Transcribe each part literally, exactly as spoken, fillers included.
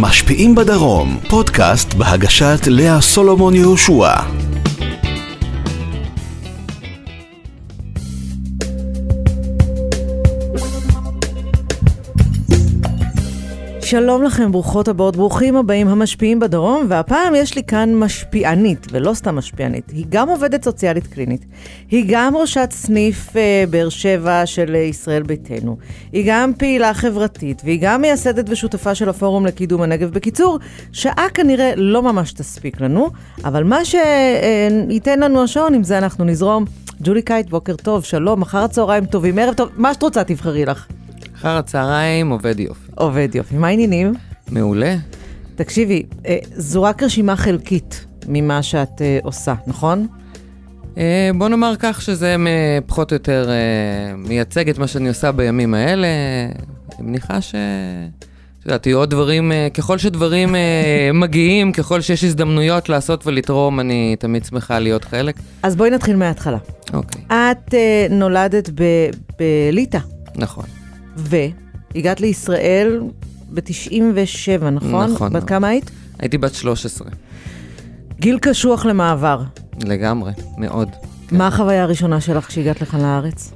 המשפיעים בדרום, פודקאסט בהגשת לאה סולומון יהושע. שלום לכם, ברוכות הבאות, ברוכים הבאים המשפיעים בדרום, והפעם יש לי כאן משפיענית, ולא סתם משפיענית, היא גם עובדת סוציאלית קלינית, היא גם ראשת סניף uh, באר שבע של ישראל ביתנו, היא גם פעילה חברתית, והיא גם מייסדת ושותפה של הפורום לקידום הנגב. בקיצור, שעה כנראה לא ממש תספיק לנו, אבל מה שייתן לנו השעון, עם זה אנחנו נזרום. ג'ולי קייט, בוקר טוב, שלום, אחר הצהריים טובים, ערב טוב, מה שאת רוצה תבחרי לך? אחר הצהריים עובד יופי. עובד יופי. מה העניינים? מעולה. תקשיבי, זו רק רשימה חלקית ממה שאת עושה, נכון? בוא נאמר כך שזה פחות או יותר מייצג את מה שאני עושה בימים האלה. אני מניחה ש... את יודעת, יהיו עוד דברים, ככל שדברים מגיעים, ככל שיש הזדמנויות לעשות ולתרום, אני תמיד שמחה להיות חלק. אז בואי נתחיל מההתחלה. אוקיי. את נולדת בליטא. נכון. והגעת לישראל ב-תשעים ושבע, נכון? נכון. בת כמה היית? הייתי בת שלוש עשרה. גיל קשוח למעבר. לגמרי, מאוד. מה החוויה הראשונה שלך כשהגעת לכאן לארץ?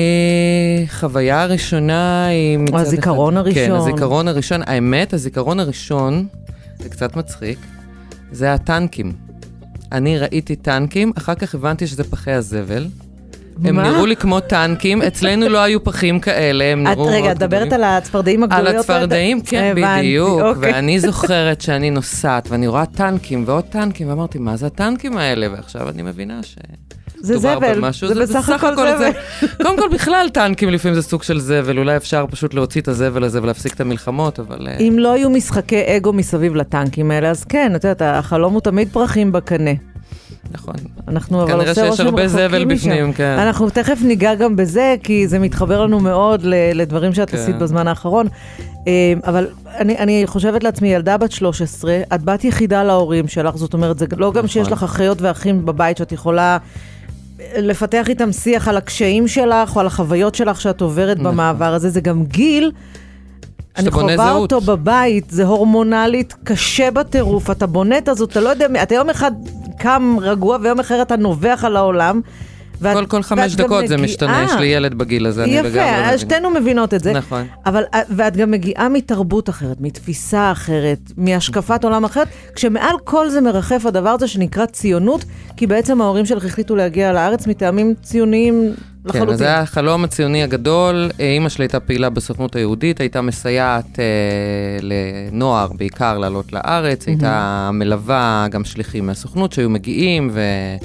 חוויה הראשונה היא... או הזיכרון הראשון. כן, הזיכרון הראשון. האמת, הזיכרון הראשון, זה קצת מצחיק, זה הטנקים. אני ראיתי טנקים, אחר כך הבנתי שזה פחי הזבל. הם נראו לי כמו טנקים, אצלנו לא היו פחים כאלה, הם נראו... רגע, את דברת על הצפרדעים הגדולות? על הצפרדעים, כן, בדיוק. ואני זוכרת שאני נוסעת, ואני רואה טנקים ועוד טנקים, ואמרתי, מה זה הטנקים האלה? ועכשיו אני מבינה ש... זה זבל, זה בסך הכל זבל. קודם כל בכלל טנקים לפעמים זה סוג של זבל, אולי אפשר פשוט להוציא את הזבל הזה ולהפסיק את המלחמות, אבל... אם לא היו משחקי אגו מסביב לטנקים האלה, אז כן, אתה יודע, החלום הוא תמיד פרחים בקנה. נכון. אנחנו אבל כנראה שיש הרבה זבל בפנים, כן. אנחנו תכף ניגע גם בזה, כי זה מתחבר לנו מאוד לדברים שאת עשית בזמן האחרון. אבל אני, אני חושבת לעצמי, ילדה בת שלוש עשרה, את בת יחידה להורים שלך, זאת אומרת, זה לא גם שיש לך אחיות ואחים בבית שאת יכולה לפתח איתם שיח על הקשיים שלך, או על החוויות שלך שאת עוברת במעבר הזה, זה גם גיל, אני חובה אותו בבית, זה הורמונלית, קשה בטירוף, אתה בונה את הזאת, אתה לא יודע, אתה יום אחד קם רגוע, ויום אחר אתה נובח על העולם. כל, כל חמש דקות זה משתנה, יש לי ילד בגיל הזה, אני לגמרי מבין. יפה, שתינו מבינות את זה. נכון. אבל, ואת גם מגיעה מתרבות אחרת, מתפיסה אחרת, מהשקפת עולם אחרת, כשמעל כל זה מרחף הדבר הזה שנקרא ציונות, כי בעצם ההורים שלך החליטו להגיע לארץ מטעמים ציוניים לחלוטין. כן, אז זה היה החלום הציוני הגדול. אמא שלי הייתה פעילה בסוכנות היהודית, הייתה מסייעת אה, לנוער, בעיקר לעלות לארץ, הייתה מלווה גם שליחים מהסוכנות שהיו מגיעים ו...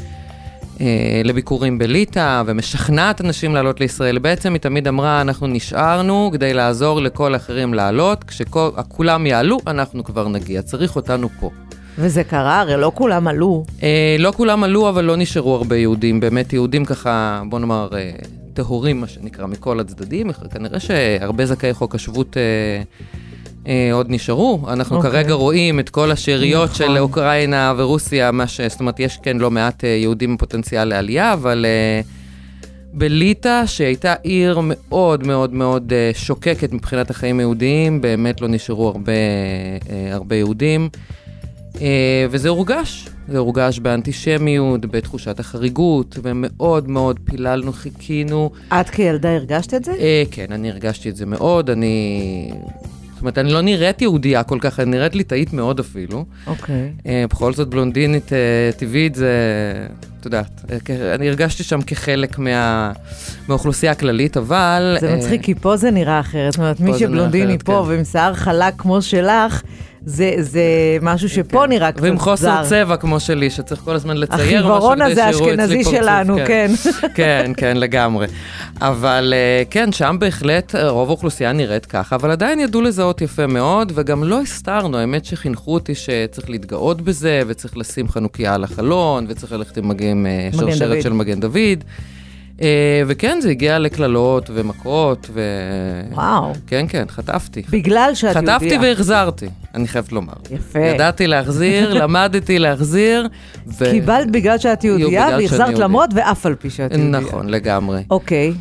לביקורים בליטא, ומשכנעת אנשים לעלות לישראל. בעצם היא תמיד אמרה, אנחנו נשארנו כדי לעזור לכל האחרים לעלות, כשכולם יעלו, אנחנו כבר נגיע. צריך אותנו פה. וזה קרה, הרי לא כולם עלו. אה, לא כולם עלו, אבל לא נשארו הרבה יהודים. באמת יהודים ככה, בוא נאמר, אה, טהורים, מה שנקרא, מכל הצדדים. כנראה שהרבה זכאי חוק השבות... אה, עוד נשארו. אנחנו okay. כרגע רואים את כל השאריות נכון. של אוקראינה ורוסיה, מה ש... זאת אומרת, יש כן לא מעט יהודים עם פוטנציאל לעלייה, אבל uh, בליטא, שהייתה עיר מאוד מאוד מאוד uh, שוקקת מבחינת החיים היהודיים, באמת לא נשארו הרבה, uh, הרבה יהודים, uh, וזה הורגש. זה הורגש באנטישמיות, בתחושת החריגות, ומאוד מאוד פיללנו, חיכינו. את כילדה הרגשת את זה? Uh, כן, אני הרגשתי את זה מאוד. אני... זאת אומרת, אני לא נראית יהודייה כל כך, אני נראית ליטאית מאוד אפילו. אוקיי. Okay. בכל זאת בלונדינית טבעית זה, אתה יודעת, אני הרגשתי שם כחלק מה, מהאוכלוסייה הכללית, אבל... זה מצחיק, כי פה זה נראה אחרת. זאת אומרת, מי שבלונדינית פה ועם שיער חלק כמו שלך, זה, זה משהו שפה כן. נראה קצת זר. ועם חוסר צבע כמו שלי, שצריך כל הזמן לצייר החיוורון הזה האשכנזי שלנו, כן. כן, כן, לגמרי. אבל כן, שם בהחלט רוב האוכלוסייה נראית ככה, אבל עדיין ידעו לזהות יפה מאוד, וגם לא הסתרנו, האמת שחינכו אותי שצריך להתגאות בזה, וצריך לשים חנוכיה על החלון, וצריך ללכת עם מגן, שרשרת של מגן דוד. וכן, זה הגיע לכללות ומכות, ו... וואו. כן, כן, חטפתי. בגלל שאת יהודיה. חטפתי והחזרתי, אני חייבת לומר. יפה. ידעתי להחזיר, למדתי להחזיר. ו... קיבלת בגלל שאת יהודיה, והחזרת למרות ואף על פי שאת יהודיה. נכון, לגמרי. אוקיי.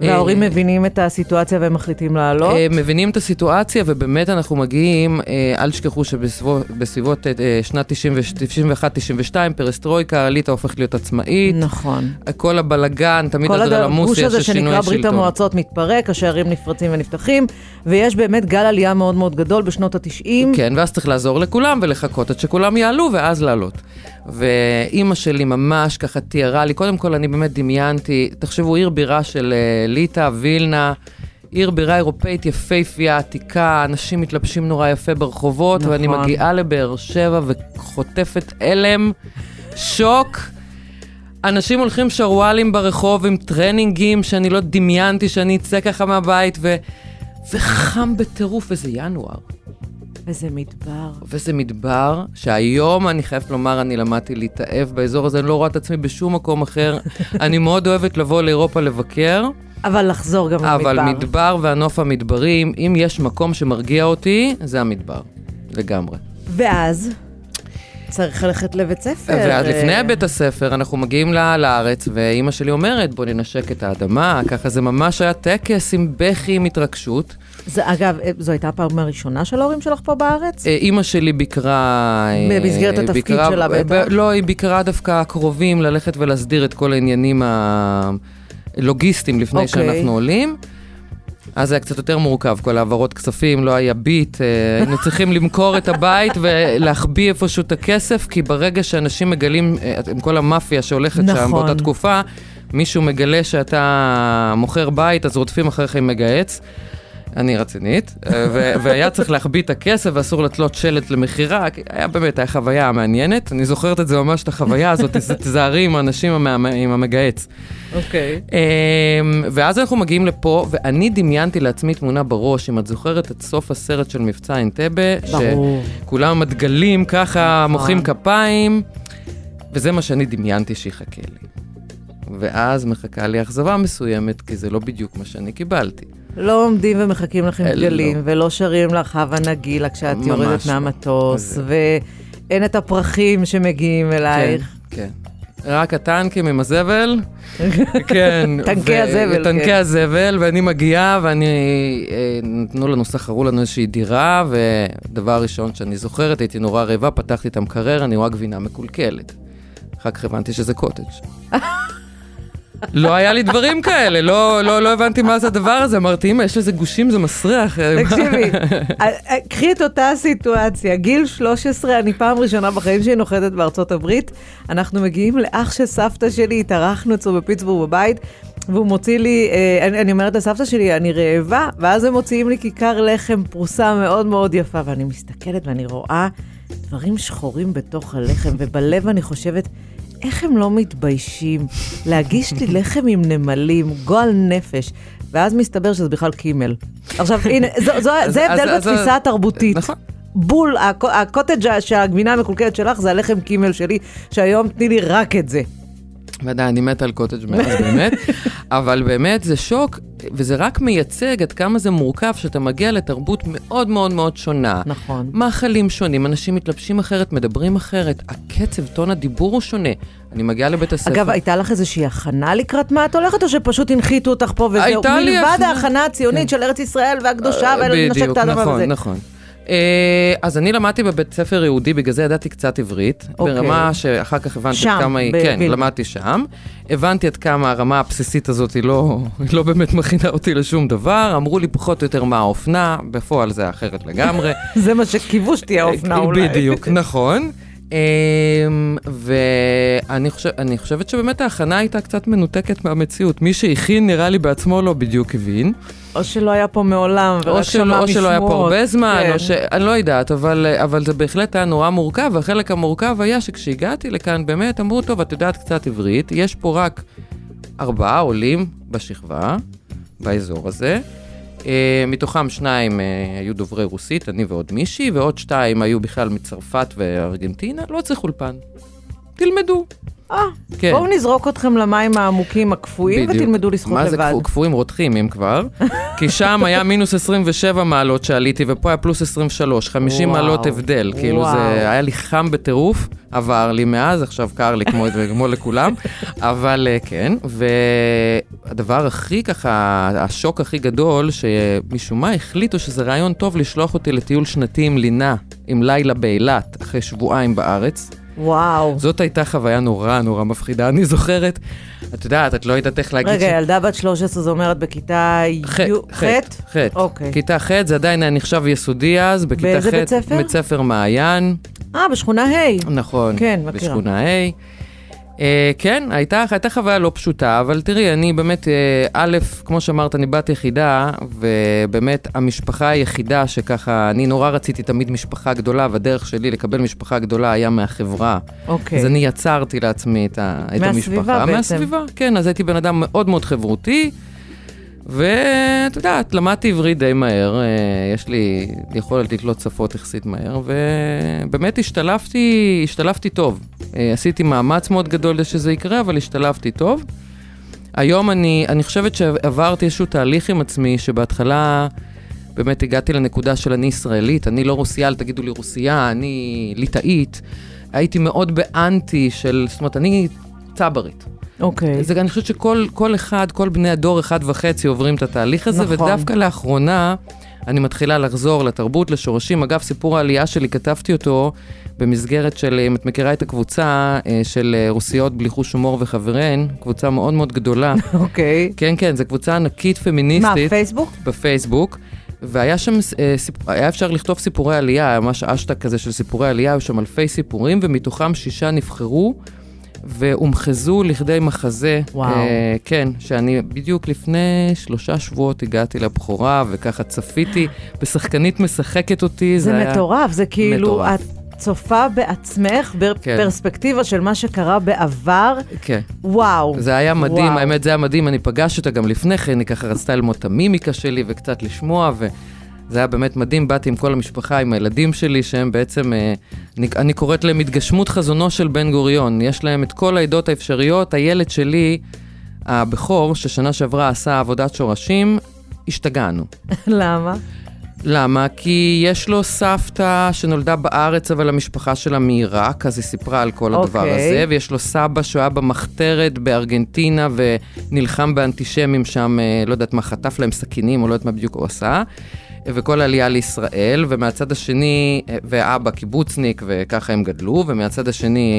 וההורים מבינים את הסיטואציה והם מחליטים לעלות? מבינים את הסיטואציה, ובאמת אנחנו מגיעים, אל תשכחו שבסביבות שנת תשעים ואחת תשעים ושתיים, פרסטרויקה, ליטא הופכת להיות עצמאית. נכון. כל הבלגן, תמיד אנדרלמוסיה של שינוי השלטון. כל הגוש הזה שנקרא ברית המועצות מתפרק, השערים נפרצים ונפתחים, ויש באמת גל עלייה מאוד מאוד גדול בשנות ה-תשעים. כן, ואז צריך לעזור לכולם ולחכות עד שכולם יעלו ואז לעלות. ואימא שלי ממש ככה תיארה לי, קודם כל אני באמת דמיינתי, תחשבו, עיר בירה של ליטא, וילנה, עיר בירה אירופאית יפהפייה, עתיקה, אנשים מתלבשים נורא יפה ברחובות, נכון. ואני מגיעה לבאר שבע וחוטפת אלם, שוק, אנשים הולכים שרוואלים ברחוב עם טרנינגים שאני לא דמיינתי שאני אצא ככה מהבית, ו... וחם בטירוף, וזה ינואר. וזה מדבר. וזה מדבר, שהיום אני חייבת לומר, אני למדתי להתאהב באזור הזה, אני לא רואה את עצמי בשום מקום אחר. אני מאוד אוהבת לבוא לאירופה לבקר. אבל לחזור גם למדבר. אבל מדבר והנוף המדברים, אם יש מקום שמרגיע אותי, זה המדבר. לגמרי. ואז צריך ללכת לבית ספר. ואז לפני בית הספר, אנחנו מגיעים לארץ, ואימא שלי אומרת, בוא ננשק את האדמה, ככה זה ממש היה טקס עם בכי, עם התרגשות. זה, אגב, זו הייתה הפעם הראשונה של ההורים שלך פה בארץ? אימא שלי ביקרה... במסגרת התפקיד ביקרה, שלה בטח? לא, היא ביקרה דווקא קרובים ללכת ולהסדיר את כל העניינים הלוגיסטיים לפני okay. שאנחנו עולים. אז זה היה קצת יותר מורכב, כל העברות כספים, לא היה ביט, היינו צריכים למכור את הבית ולהחביא איפשהו את הכסף, כי ברגע שאנשים מגלים, עם כל המאפיה שהולכת נכון. שם באותה תקופה, מישהו מגלה שאתה מוכר בית, אז רודפים אחריך עם מגהץ. אני רצינית, והיה צריך להחביא את הכסף, ואסור לתלות שלט למחירה, היה באמת, היה חוויה מעניינת, אני זוכרת את זה ממש, את החוויה הזאת, תזהרי עם האנשים עם המגהץ. אוקיי. ואז אנחנו מגיעים לפה, ואני דמיינתי לעצמי תמונה בראש, אם את זוכרת את סוף הסרט של מבצע אנטבה, שכולם מדגלים ככה, מוחאים כפיים, וזה מה שאני דמיינתי שיחכה לי. ואז מחכה לי אכזבה מסוימת, כי זה לא בדיוק מה שאני קיבלתי. לא עומדים ומחכים לכם דגלים, לא. ולא שרים לך הווה נגילה כשאת יורדת מהמטוס, לא. ואין את הפרחים שמגיעים אלייך. כן, כן. רק הטנקים עם הזבל. כן. טנקי ו- הזבל. טנקי כן. הזבל, ואני מגיעה, ואני, נתנו לנו, שכרו לנו איזושהי דירה, ודבר ראשון שאני זוכרת, הייתי נורא רעבה, פתחתי את המקרר, אני רואה גבינה מקולקלת. אחר כך הבנתי שזה קוטג'. לא היה לי דברים כאלה, לא, לא, לא הבנתי מה זה הדבר הזה, אמרתי, אמא, יש לזה גושים, זה מסריח. תקשיבי, קחי את אותה סיטואציה, גיל שלוש עשרה, אני פעם ראשונה בחיים שלי נוחתת בארצות הברית, אנחנו מגיעים לאח של סבתא שלי, התארחנו אצלו בפיטסבורג בבית, והוא מוציא לי, אני, אני אומרת לסבתא שלי, אני רעבה, ואז הם מוציאים לי כיכר לחם פרוסה מאוד מאוד יפה, ואני מסתכלת ואני רואה דברים שחורים בתוך הלחם, ובלב אני חושבת, איך הם לא מתביישים להגיש לי לחם עם נמלים, גועל נפש, ואז מסתבר שזה בכלל קימל. עכשיו, הנה, זו, זו, זה הבדל בתפיסה התרבותית. נכון. בול, הקוטג' שהגבינה המקולקלת שלך, זה הלחם קימל שלי, שהיום תני לי רק את זה. ודאי, אני מת על קוטג' מאז באמת, אבל באמת זה שוק, וזה רק מייצג עד כמה זה מורכב, שאתה מגיע לתרבות מאוד מאוד מאוד שונה. נכון. מאכלים שונים, אנשים מתלבשים אחרת, מדברים אחרת, הקצב, טון הדיבור הוא שונה. אני מגיעה לבית הספר. אגב, הייתה לך איזושהי הכנה לקראת מה את הולכת, או שפשוט הנחיתו אותך פה וזהו? מלבד ההכנה הציונית של ארץ ישראל והקדושה, ולנשק את האדמה וזה. נכון, נכון. אז אני למדתי בבית ספר יהודי, בגלל זה ידעתי קצת עברית, ברמה שאחר כך הבנתי עד כמה היא, כן, למדתי שם, הבנתי עד כמה הרמה הבסיסית הזאת היא לא באמת מכינה אותי לשום דבר, אמרו לי פחות או יותר מה האופנה, בפועל זה אחרת לגמרי. זה מה שקיוו שתהיה האופנה אולי. בדיוק, נכון. ואני חושבת שבאמת ההכנה הייתה קצת מנותקת מהמציאות. מי שהכין נראה לי בעצמו לא בדיוק הבין. או שלא היה פה מעולם, ורק שמע משמעות. או שלא היה פה הרבה זמן, או ש... אני לא יודעת, אבל זה בהחלט היה נורא מורכב, והחלק המורכב היה שכשהגעתי לכאן, באמת אמרו, טוב, את יודעת קצת עברית, יש פה רק ארבעה עולים בשכבה, באזור הזה, מתוכם שניים היו דוברי רוסית, אני ועוד מישהי, ועוד שתיים היו בכלל מצרפת וארגנטינה, לא צריך אולפן. תלמדו. אה, כן. בואו נזרוק אתכם למים העמוקים הקפואים ותלמדו לשחות לבד. מה זה קפואים? רותחים, אם כבר. כי שם היה מינוס עשרים ושבע מעלות שעליתי, ופה היה פלוס עשרים ושלוש, חמישים וואו, מעלות הבדל. וואו. כאילו זה היה לי חם בטירוף, עבר לי מאז, עכשיו קר לי כמו, כמו לכולם. אבל כן, והדבר הכי ככה, השוק הכי גדול, שמשום מה החליטו שזה רעיון טוב לשלוח אותי לטיול שנתי עם לינה, עם לילה באילת, אחרי שבועיים בארץ. וואו. זאת הייתה חוויה נורא נורא מפחידה. אני זוכרת, את יודעת, את לא יודעת איך להגיד... רגע, ילדה בת שלוש עשרה, זאת אומרת, בכיתה ח'? ח'. ח'. אוקיי. כיתה ח', זה עדיין היה נחשב יסודי אז, בכיתה ח'. באיזה בית ספר? בית ספר מעיין. אה, בשכונה ה'. נכון. כן, מכירה. בשכונה ה'. Uh, כן, הייתה, הייתה חוויה לא פשוטה, אבל תראי, אני באמת, uh, א', כמו שאמרת, אני בת יחידה, ובאמת המשפחה היחידה שככה, אני נורא רציתי תמיד משפחה גדולה, והדרך שלי לקבל משפחה גדולה היה מהחברה. אוקיי. אז אני יצרתי לעצמי את, ה, את המשפחה. מהסביבה בעצם. מהסביבה, כן, אז הייתי בן אדם מאוד מאוד חברותי, ואת יודעת, למדתי עברית די מהר, יש לי יכולת לקלוט שפות יחסית מהר, ובאמת השתלבתי, השתלבתי טוב. עשיתי מאמץ מאוד גדול שזה יקרה, אבל השתלבתי טוב. היום אני, אני חושבת שעברתי איזשהו תהליך עם עצמי, שבהתחלה באמת הגעתי לנקודה של אני ישראלית, אני לא רוסיה, אל תגידו לי רוסיה, אני ליטאית. הייתי מאוד באנטי של, זאת אומרת, אני צברית. אוקיי. זה, אני חושבת שכל כל אחד, כל בני הדור אחד וחצי עוברים את התהליך הזה, נכון. ודווקא לאחרונה אני מתחילה לחזור לתרבות, לשורשים. אגב, סיפור העלייה שלי, כתבתי אותו במסגרת של, אם את מכירה את הקבוצה של רוסיות בלי חוש הומור וחבריהן, קבוצה מאוד מאוד גדולה. אוקיי. כן, כן, זו קבוצה ענקית פמיניסטית. מה, פייסבוק? בפייסבוק. והיה שם, היה אפשר לכתוב סיפורי עלייה, היה ממש אשטג כזה של סיפורי עלייה, היו שם אלפי סיפורים, ומתוכם שישה נבחרו, והומחזו לכדי מחזה. וואו. אה, כן, שאני בדיוק לפני שלושה שבועות הגעתי לבחורה, וככה צפיתי בשחקנית משחקת אותי. זה, זה מטורף, זה כאילו, מטורף. את צופה בעצמך, בפרספקטיבה כן. של מה שקרה בעבר. כן. וואו. זה היה מדהים, וואו. האמת זה היה מדהים, אני פגש אותה גם לפני כן, אני ככה רצתה ללמוד את המימיקה שלי, וקצת לשמוע, ו... זה היה באמת מדהים, באתי עם כל המשפחה, עם הילדים שלי, שהם בעצם, אני, אני קוראת להם התגשמות חזונו של בן גוריון. יש להם את כל העדות האפשריות. הילד שלי, הבכור, ששנה שעברה עשה עבודת שורשים, השתגענו. למה? למה? כי יש לו סבתא שנולדה בארץ, אבל המשפחה שלה מעיראק, אז היא סיפרה על כל הדבר okay. הזה, ויש לו סבא שהוא היה במחתרת בארגנטינה, ונלחם באנטישמים שם, לא יודעת מה, חטף להם סכינים, או לא יודעת מה בדיוק הוא עשה. וכל העלייה לישראל, ומהצד השני, ואבא קיבוצניק, וככה הם גדלו, ומהצד השני,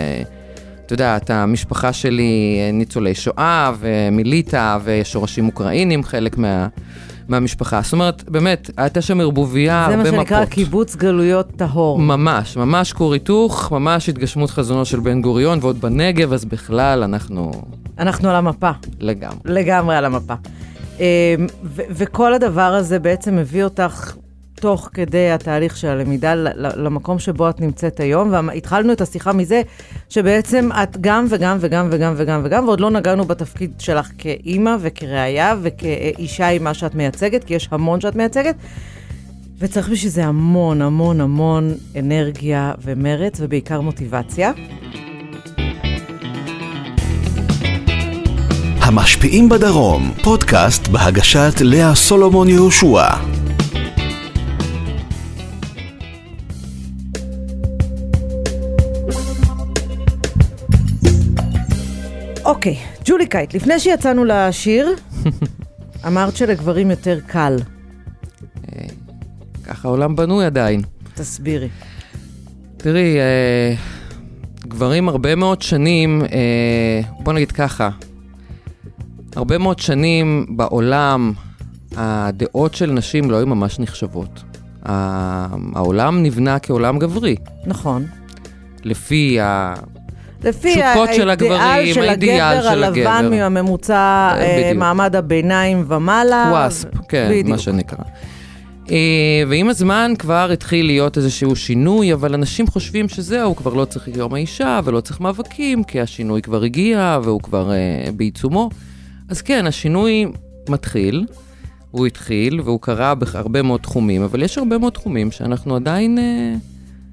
אתה יודע, את המשפחה שלי ניצולי שואה, ומיליטה, ושורשים אוקראינים, חלק מה, מהמשפחה. זאת אומרת, באמת, הייתה שם ערבוביה הרבה מפות. זה מה שנקרא קיבוץ גלויות טהור. ממש, ממש כור היתוך, ממש התגשמות חזונו של בן גוריון, ועוד בנגב, אז בכלל אנחנו... אנחנו על המפה. לגמרי. לגמרי על המפה. ו- וכל הדבר הזה בעצם מביא אותך תוך כדי התהליך של הלמידה למקום שבו את נמצאת היום, והתחלנו את השיחה מזה שבעצם את גם וגם וגם וגם וגם וגם, ועוד לא נגענו בתפקיד שלך כאימא וכראיה וכאישה עם מה שאת מייצגת, כי יש המון שאת מייצגת, וצריך בשביל זה המון המון המון אנרגיה ומרץ ובעיקר מוטיבציה. המשפיעים בדרום, פודקאסט בהגשת לאה סולומון יהושע. אוקיי, ג'ולי קייט, לפני שיצאנו לשיר, אמרת שלגברים יותר קל. ככה העולם בנוי עדיין. תסבירי. תראי, גברים הרבה מאוד שנים, בוא נגיד ככה, הרבה מאוד שנים בעולם, הדעות של נשים לא היו ממש נחשבות. העולם נבנה כעולם גברי. נכון. לפי ה... לפי האידיאל של הגבר הלבן מהממוצע מעמד הביניים ומעלה. וואספ, כן, מה שנקרא. ועם הזמן כבר התחיל להיות איזשהו שינוי, אבל אנשים חושבים שזהו, כבר לא צריך יום האישה ולא צריך מאבקים, כי השינוי כבר הגיע והוא כבר בעיצומו. אז כן, השינוי מתחיל, הוא התחיל והוא קרה בהרבה מאוד תחומים, אבל יש הרבה מאוד תחומים שאנחנו עדיין,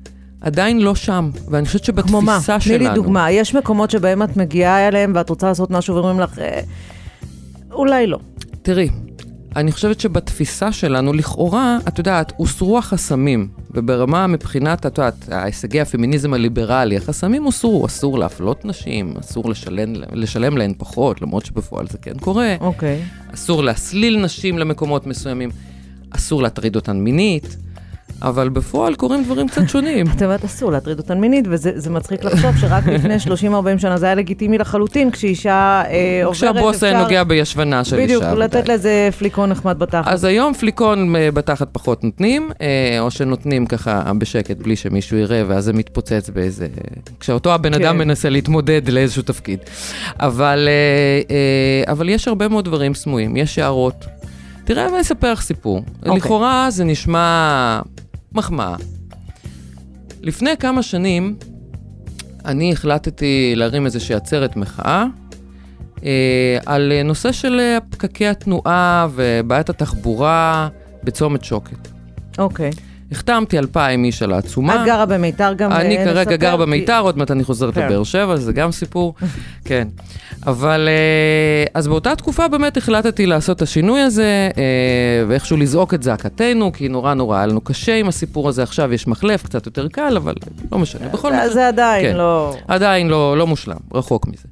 עדיין לא שם, ואני חושבת שבתפיסה כמו שלנו... תני לי דוגמה, יש מקומות שבהם את מגיעה אליהם, ואת רוצה לעשות משהו ואומרים לך, אולי לא. תראי, אני חושבת שבתפיסה שלנו, לכאורה, את יודעת, הוסרו החסמים, וברמה מבחינת, את יודעת, ההישגי הפמיניזם הליברלי, החסמים הוסרו, אסור להפלות נשים, אסור לשלם, לשלם להן פחות, למרות שבפועל זה כן קורה. אוקיי. אסור להסליל נשים למקומות מסוימים, אסור להטריד אותן מינית, אבל בפועל קורים דברים קצת שונים. את אומרת, אסור להטריד אותן מינית, וזה מצחיק לחשוב שרק לפני שלושים ארבעים שנה זה היה לגיטימי לחלוטין, כשאישה עוברת... כשהבוס נוגע בישבנה של אישה. בדיוק, לתת לזה פליקון נחמד בתחת. אז היום פליקון בתחת פחות נותנים, או שנותנים ככה בשקט בלי שמישהו יראה, ואז זה מתפוצץ באיזה... כשאותו הבן אדם מנסה להתמודד לאיזשהו תפקיד. אבל יש הרבה מאוד דברים סמויים, יש הערות. תראה, אני אספר לך סיפור. לכאורה זה נשמע... מחמאה. לפני כמה שנים, אני החלטתי להרים איזושהי עצרת מחאה, אה, על נושא של פקקי התנועה ובעיית התחבורה בצומת שוקת. אוקיי. החתמתי אלפיים איש על העצומה. את גרה במיתר גם אני נספר, כרגע גר במיתר, כי... עוד מעט אני חוזרת לבאר שבע, זה גם סיפור. כן. אבל, אז באותה תקופה באמת החלטתי לעשות את השינוי הזה, ואיכשהו לזעוק את זעקתנו, כי נורא נורא היה לנו קשה עם הסיפור הזה. עכשיו יש מחלף קצת יותר קל, אבל לא משנה. בכל זה, מקרה, זה עדיין כן, לא... עדיין לא, לא מושלם, רחוק מזה.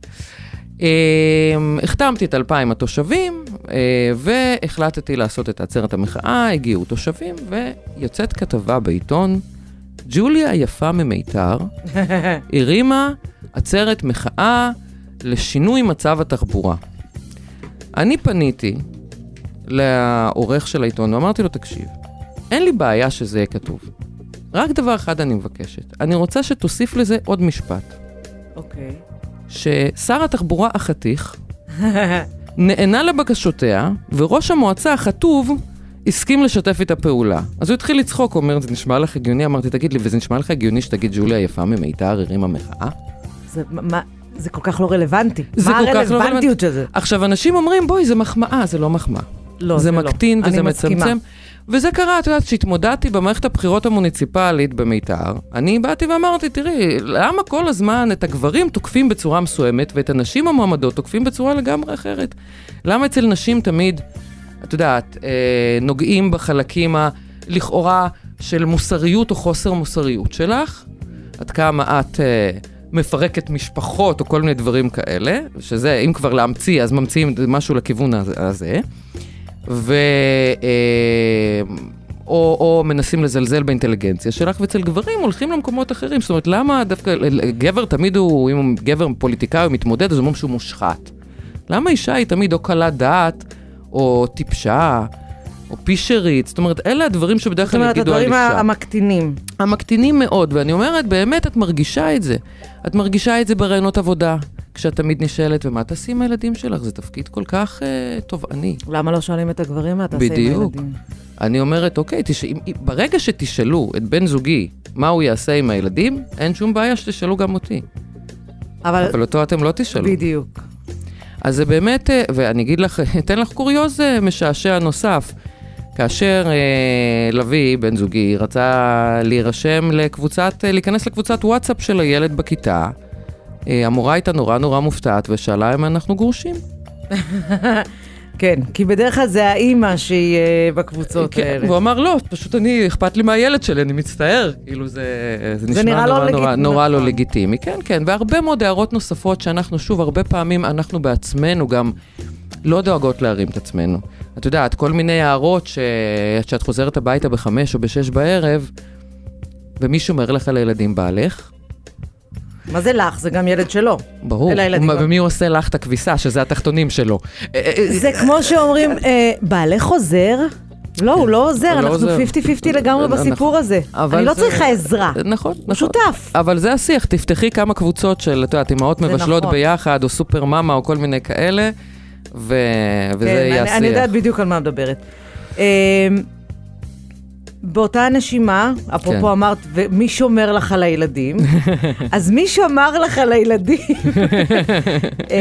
החתמתי את אלפיים התושבים, והחלטתי לעשות את עצרת המחאה, הגיעו תושבים, ויוצאת כתבה בעיתון, ג'וליה היפה ממיתר, הרימה עצרת מחאה לשינוי מצב התחבורה. אני פניתי לעורך של העיתון, ואמרתי לו, תקשיב, אין לי בעיה שזה יהיה כתוב. רק דבר אחד אני מבקשת. אני רוצה שתוסיף לזה עוד משפט. אוקיי. ששר התחבורה החתיך נענה לבקשותיה, וראש המועצה החטוב הסכים לשתף את הפעולה. אז הוא התחיל לצחוק, הוא אומר, זה נשמע לך הגיוני? אמרתי, תגיד לי, וזה נשמע לך הגיוני שתגיד ג'וליה יפה ממיתר הרימה מחאה? זה, מה, זה כל כך לא רלוונטי. מה הרלוונטיות של זה? עכשיו, אנשים אומרים, בואי, זה מחמאה, זה לא מחמאה. לא, זה, זה מקטין לא. וזה מצמצם. וזה קרה, את יודעת, שהתמודדתי במערכת הבחירות המוניציפלית במיתר, אני באתי ואמרתי, תראי, למה כל הזמן את הגברים תוקפים בצורה מסוימת, ואת הנשים המועמדות תוקפים בצורה לגמרי אחרת? למה אצל נשים תמיד, את יודעת, נוגעים בחלקים הלכאורה של מוסריות או חוסר מוסריות שלך? עד כמה את מפרקת משפחות או כל מיני דברים כאלה, שזה, אם כבר להמציא, אז ממציאים משהו לכיוון הזה. ו... או, או מנסים לזלזל באינטליגנציה שלך, ואצל גברים הולכים למקומות אחרים. זאת אומרת, למה דווקא, גבר תמיד הוא, אם הוא גבר פוליטיקאי הוא מתמודד, אז הוא אומר שהוא מושחת. למה אישה היא תמיד או קלה דעת, או טיפשה, או פישרית? זאת אומרת, אלה הדברים שבדרך כלל יגידו על אישה. זאת אומרת, הדברים המקטינים. המקטינים מאוד, ואני אומרת, באמת את מרגישה את זה. את מרגישה את זה ברעיונות עבודה. כשאת תמיד נשאלת, ומה תעשי עם הילדים שלך? זה תפקיד כל כך uh, תובעני. למה לא שואלים את הגברים מה תעשי עם הילדים? בדיוק. אני אומרת, אוקיי, תש... ברגע שתשאלו את בן זוגי מה הוא יעשה עם הילדים, אין שום בעיה שתשאלו גם אותי. אבל, אבל אותו אתם לא תשאלו. בדיוק. אז זה באמת, ואני אגיד לך, אתן לך קוריוז משעשע נוסף. כאשר אה, לוי, בן זוגי, רצה להירשם לקבוצת, להיכנס לקבוצת וואטסאפ של הילד בכיתה, המורה הייתה נורא נורא מופתעת, ושאלה אם אנחנו גרושים. כן, כי בדרך כלל זה האימא שהיא בקבוצות האלה. והוא אמר, לא, פשוט אני, אכפת לי מהילד שלי, אני מצטער. כאילו זה, זה נשמע נורא נורא, נורא לא לגיטימי. כן, כן, והרבה מאוד הערות נוספות שאנחנו, שוב, הרבה פעמים אנחנו בעצמנו גם לא דואגות להרים את עצמנו. את יודעת, כל מיני הערות שאת חוזרת הביתה בחמש או בשש בערב, ומי שומר לך לילדים בעלך, מה זה לך? זה גם ילד שלו. ברור. ומי הוא עושה לך את הכביסה, שזה התחתונים שלו. זה כמו שאומרים, בעלה חוזר? לא, הוא לא עוזר, אנחנו חמישים חמישים לגמרי בסיפור הזה. אני לא צריכה עזרה. נכון. הוא שותף. אבל זה השיח, תפתחי כמה קבוצות של, את יודעת, אמהות מבשלות ביחד, או סופר ממה, או כל מיני כאלה, וזה יהיה השיח. אני יודעת בדיוק על מה מדברת. באותה נשימה, אפרופו כן. אמרת, ומי שומר לך על הילדים? אז מי שומר לך על הילדים?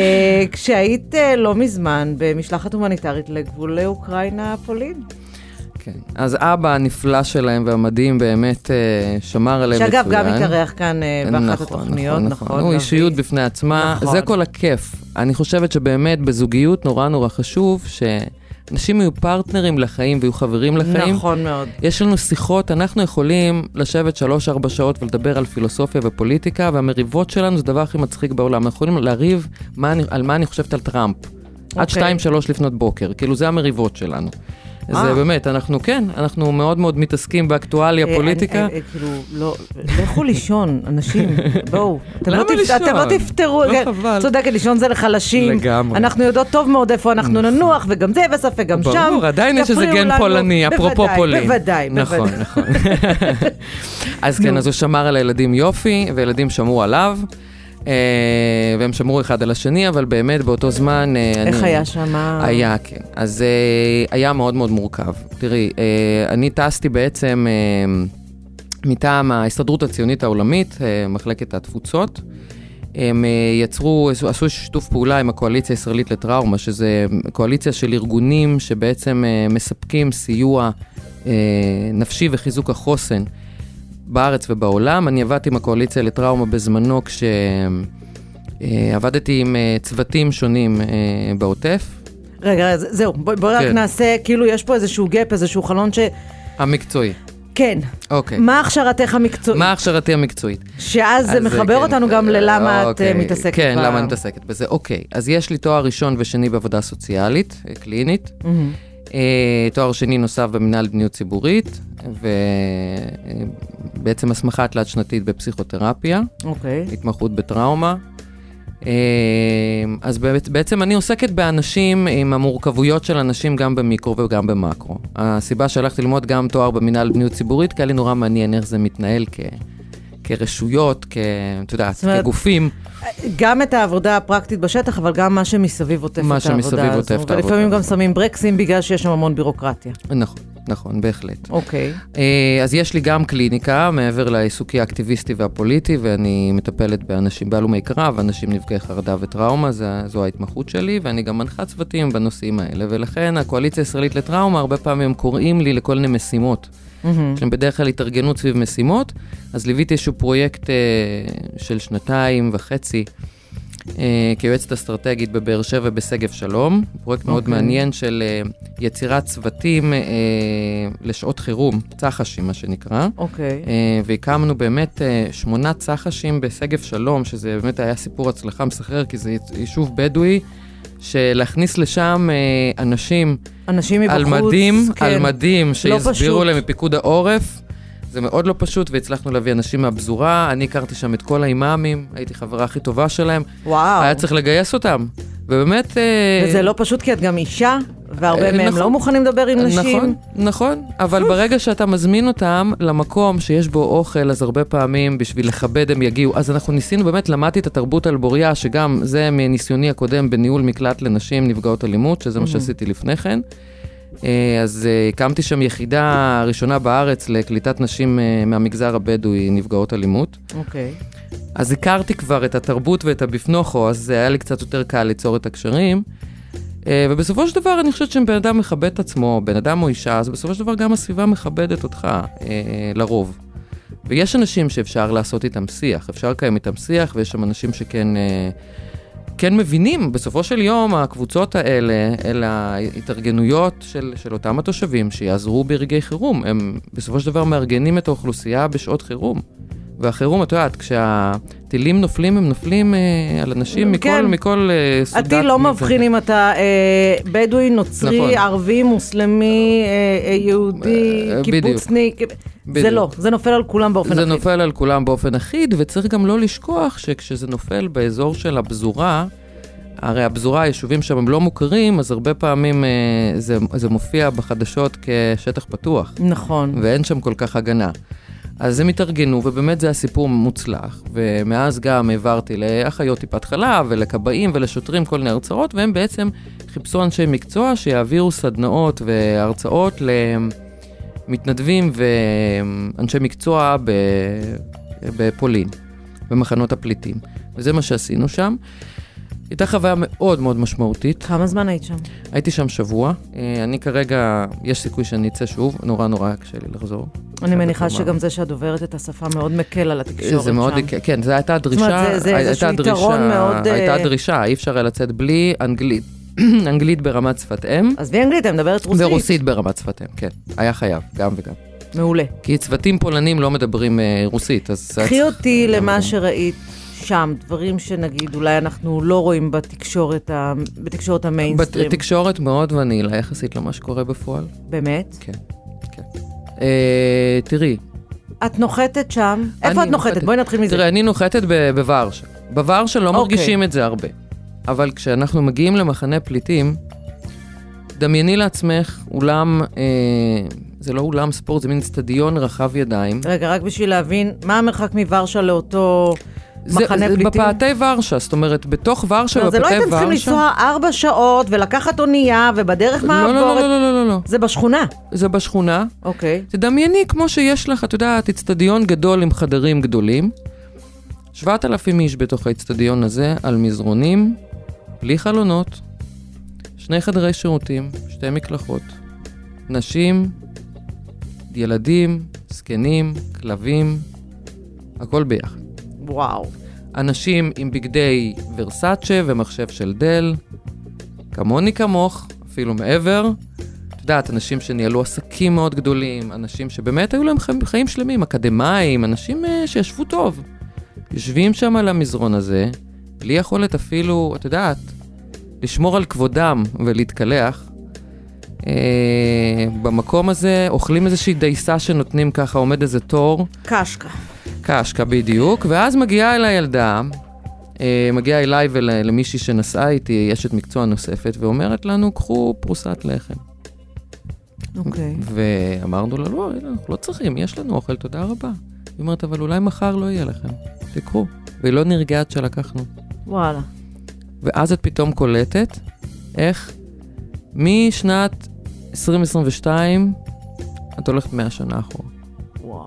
כשהיית לא מזמן במשלחת הומניטרית לגבול אוקראינה-פולין? כן. אז אבא הנפלא שלהם והמדהים באמת שמר עליהם מצוין. שאגב, גם התארח כאן באחת התוכניות, נכון, נכון. הוא אישיות בפני עצמה, זה כל הכיף. אני חושבת שבאמת בזוגיות נורא נורא חשוב שאנשים יהיו פרטנרים לחיים ויהיו חברים לחיים. נכון מאוד. יש לנו שיחות, אנחנו יכולים לשבת שלוש ארבע שעות ולדבר על פילוסופיה ופוליטיקה, והמריבות שלנו זה הדבר הכי מצחיק בעולם. אנחנו יכולים לריב על מה אני חושבת על טראמפ. עד שתיים שלוש לפנות בוקר, כאילו זה המריבות שלנו. זה באמת, אנחנו כן, אנחנו מאוד מאוד מתעסקים באקטואליה, פוליטיקה. כאילו, לא, לכו לישון, אנשים, בואו. למה לישון? אתם לא תפתרו. לא חבל. צודקת, לישון זה לחלשים. לגמרי. אנחנו יודעות טוב מאוד איפה אנחנו ננוח, וגם זה וספק גם שם. ברור, עדיין יש איזה גן פולני, אפרופו פולין. בוודאי, בוודאי. נכון, נכון. אז כן, אז הוא שמר על הילדים יופי, וילדים שמרו עליו. והם שמרו אחד על השני, אבל באמת באותו זמן... איך היה שם? היה, כן. אז היה מאוד מאוד מורכב. תראי, אני טסתי בעצם מטעם ההסתדרות הציונית העולמית, מחלקת התפוצות. הם יצרו, עשו שיתוף פעולה עם הקואליציה הישראלית לטראומה, שזה קואליציה של ארגונים שבעצם מספקים סיוע נפשי וחיזוק החוסן. בארץ ובעולם. אני עבדתי עם הקואליציה לטראומה בזמנו כשעבדתי עם צוותים שונים בעוטף. רגע, זהו, בואי רק נעשה, כאילו יש פה איזשהו גאפ, איזשהו חלון ש... המקצועי. כן. אוקיי. מה הכשרתך המקצועית? מה הכשרתי המקצועית? שאז זה מחבר אותנו גם ללמה את מתעסקת. כן, למה אני מתעסקת בזה. אוקיי, אז יש לי תואר ראשון ושני בעבודה סוציאלית, קלינית. תואר שני נוסף במנהל מדיניות ציבורית, ובעצם הסמכה תלת שנתית בפסיכותרפיה, התמחות בטראומה. אז בעצם אני עוסקת באנשים עם המורכבויות של אנשים גם במיקרו וגם במקרו. הסיבה שהלכתי ללמוד גם תואר במנהל מדיניות ציבורית, כי היה לי נורא מעניין איך זה מתנהל כ... כרשויות, כ... אתה יודע, כגופים. גם את העבודה הפרקטית בשטח, אבל גם מה שמסביב עוטף את העבודה הזו. מה שמסביב עוטף את העבודה. ולפעמים גם שמים ברקסים בגלל שיש שם המון בירוקרטיה. נכון, נכון, בהחלט. אוקיי. אז יש לי גם קליניקה, מעבר לעיסוקי האקטיביסטי והפוליטי, ואני מטפלת באנשים בהלומי קרב, אנשים נפגעי חרדה וטראומה, זו ההתמחות שלי, ואני גם מנחה צוותים בנושאים האלה, ולכן הקואליציה הישראלית לטראומה, הרבה פעמים קוראים לי לכל מיני משימות. יש להם בדרך כלל התארגנות סביב משימות, אז ליוויתי איזשהו פרויקט של שנתיים וחצי, כיועצת אסטרטגית בבאר שבע ובשגב שלום, פרויקט מאוד מעניין של יצירת צוותים לשעות חירום, צחשים מה שנקרא, והקמנו באמת שמונה צחשים בשגב שלום, שזה באמת היה סיפור הצלחה מסחרר, כי זה יישוב בדואי, שלהכניס לשם אנשים, אנשים מבחוץ, על מדים, כן. על מדים, שיסבירו לא להם מפיקוד העורף, זה מאוד לא פשוט, והצלחנו להביא אנשים מהפזורה, אני הכרתי שם את כל האימאמים, הייתי חברה הכי טובה שלהם, וואו. היה צריך לגייס אותם, ובאמת... וזה לא פשוט כי את גם אישה, והרבה מהם לא מוכנים לדבר עם נשים. נכון, נכון, אבל ברגע שאתה מזמין אותם למקום שיש בו אוכל, אז הרבה פעמים בשביל לכבד הם יגיעו, אז אנחנו ניסינו, באמת למדתי את התרבות אלבוריה, שגם זה מניסיוני הקודם בניהול מקלט לנשים נפגעות אלימות, שזה מה שעשיתי לפני כן. אז הקמתי שם יחידה ראשונה בארץ לקליטת נשים מהמגזר הבדואי נפגעות אלימות. אוקיי. אז הכרתי כבר את התרבות ואת הבפנוכו, אז זה היה לי קצת יותר קל ליצור את הקשרים. ובסופו של דבר אני חושבת שאם בן אדם מכבד את עצמו, בן אדם או אישה, אז בסופו של דבר גם הסביבה מכבדת אותך, לרוב. ויש אנשים שאפשר לעשות איתם שיח, אפשר לקיים איתם שיח, ויש שם אנשים שכן כן מבינים, בסופו של יום הקבוצות האלה, אלה ההתארגנויות של, של אותם התושבים שיעזרו ברגעי חירום, הם בסופו של דבר מארגנים את האוכלוסייה בשעות חירום. והחירום, את יודעת, כשהטילים נופלים, הם נופלים אה, על אנשים מכל, כן. מכל אה, סודת. הטיל לא מבחין אם אתה אה, בדואי, נוצרי, נכון. ערבי, מוסלמי, אה, יהודי, אה, קיבוצניק. בדיוק. זה בדיוק. לא, זה נופל על כולם באופן זה אחיד. זה נופל על כולם באופן אחיד, וצריך גם לא לשכוח שכשזה נופל באזור של הבזורה, הרי הבזורה, היישובים שם הם לא מוכרים, אז הרבה פעמים אה, זה, זה מופיע בחדשות כשטח פתוח. נכון. ואין שם כל כך הגנה. אז הם התארגנו, ובאמת זה הסיפור מוצלח, ומאז גם העברתי לאחיות טיפת חלב, ולקבעים ולשוטרים כל מיני הרצאות, והם בעצם חיפשו אנשי מקצוע שיעבירו סדנאות והרצאות למתנדבים ואנשי מקצוע בפולין, במחנות הפליטים. וזה מה שעשינו שם. הייתה חוויה מאוד מאוד משמעותית. כמה זמן היית שם? הייתי שם שבוע. אני כרגע, יש סיכוי שאני אצא שוב, נורא נורא קשה לי לחזור. אני מניחה שגם זה שאת דוברת את השפה מאוד מקל על התקשורת שם. כן, זו הייתה דרישה. זאת אומרת, זה איזשהו יתרון מאוד... הייתה דרישה, אי אפשר לצאת בלי אנגלית. אנגלית ברמת שפת אם. אז בלי אנגלית, אני מדברת רוסית. ורוסית ברמת שפת אם, כן. היה חייב, גם וגם. מעולה. כי צוותים פולנים לא מדברים רוסית, אז... קחי אותי למה שראית שם, דברים שנגיד, אולי אנחנו לא רואים בתקשורת, בתקשורת המיינסטרים. בתקשורת מאוד ונילה, יחסית למה שקורה בפועל. באמת? כן, כן. אה, תראי. את נוחתת שם? איפה את נוחתת? בואי נתחיל מזה. תראי, אני נוחתת בוורשה. בוורשה לא מרגישים את זה הרבה. אבל כשאנחנו מגיעים למחנה פליטים, דמייני לעצמך אולם, אה, זה לא אולם ספורט, זה מין סטדיון רחב ידיים. רגע, רק בשביל להבין, מה המרחק מוורשה לאותו... זה, מחנה זה פליטים? בפאתי ורשה, זאת אומרת, בתוך ורשה, בפאתי ורשה... זה לא הייתם צריכים לנסוע ארבע שעות ולקחת אונייה ובדרך מעבורת. לא, לא, לא, לא, לא, לא. זה בשכונה? זה בשכונה. אוקיי. תדמייני כמו שיש לך, אתה יודע, אצטדיון גדול עם חדרים גדולים. שבעת אלפים איש בתוך האצטדיון הזה, על מזרונים, בלי חלונות, שני חדרי שירותים, שתי מקלחות, נשים, ילדים, זקנים, כלבים, הכל ביחד. וואו. אנשים עם בגדי ורסאצ'ה ומחשב של דל, כמוני כמוך, אפילו מעבר. את יודעת, אנשים שניהלו עסקים מאוד גדולים, אנשים שבאמת היו להם חיים שלמים, אקדמיים, אנשים שישבו טוב. יושבים שם על המזרון הזה, בלי יכולת אפילו, את יודעת, לשמור על כבודם ולהתקלח. אה, במקום הזה אוכלים איזושהי דייסה שנותנים ככה, עומד איזה תור. קשקה. קשקה בדיוק, ואז מגיעה אל הילדה, אה, מגיעה אליי ולמישהי שנסעה איתי, אשת מקצוע נוספת, ואומרת לנו, קחו פרוסת לחם. אוקיי. ואמרנו לה, לא, אנחנו לא צריכים, יש לנו אוכל, תודה רבה. היא אומרת, אבל אולי מחר לא יהיה לכם, תקחו. והיא לא נרגעת שלקחנו. וואלה. ואז את פתאום קולטת, איך משנת עשרים עשרים ושתיים, את הולכת מאה שנה אחורה. וואו.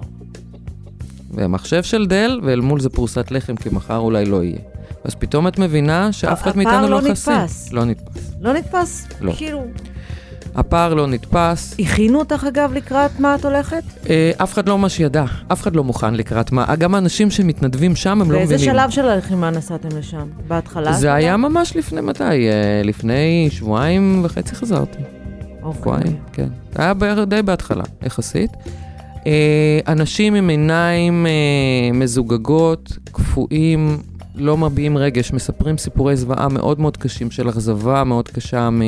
ומחשב של דל, ואל מול זה פרוסת לחם, כי מחר אולי לא יהיה. אז פתאום את מבינה שאף אחד מאיתנו לא חסר. הפער לא נתפס. לא נתפס. לא נתפס? לא. כאילו... הפער לא נתפס. הכינו אותך אגב לקראת מה את הולכת? אה, אף אחד לא ממש ידע. אף אחד לא מוכן לקראת מה. גם האנשים שמתנדבים שם, הם לא מבינים. באיזה שלב של הלחימה נסעתם לשם? בהתחלה? זה היה ממש לפני מתי? אה, לפני שבועיים וחצי חזרתי. אוקיי. שבועיים, כן. זה היה די בהתחלה, יחסית. אה, אנשים עם עיניים אה, מזוגגות, קפואים, לא מביעים רגש, מספרים סיפורי זוועה מאוד מאוד קשים של אכזבה מאוד קשה מ...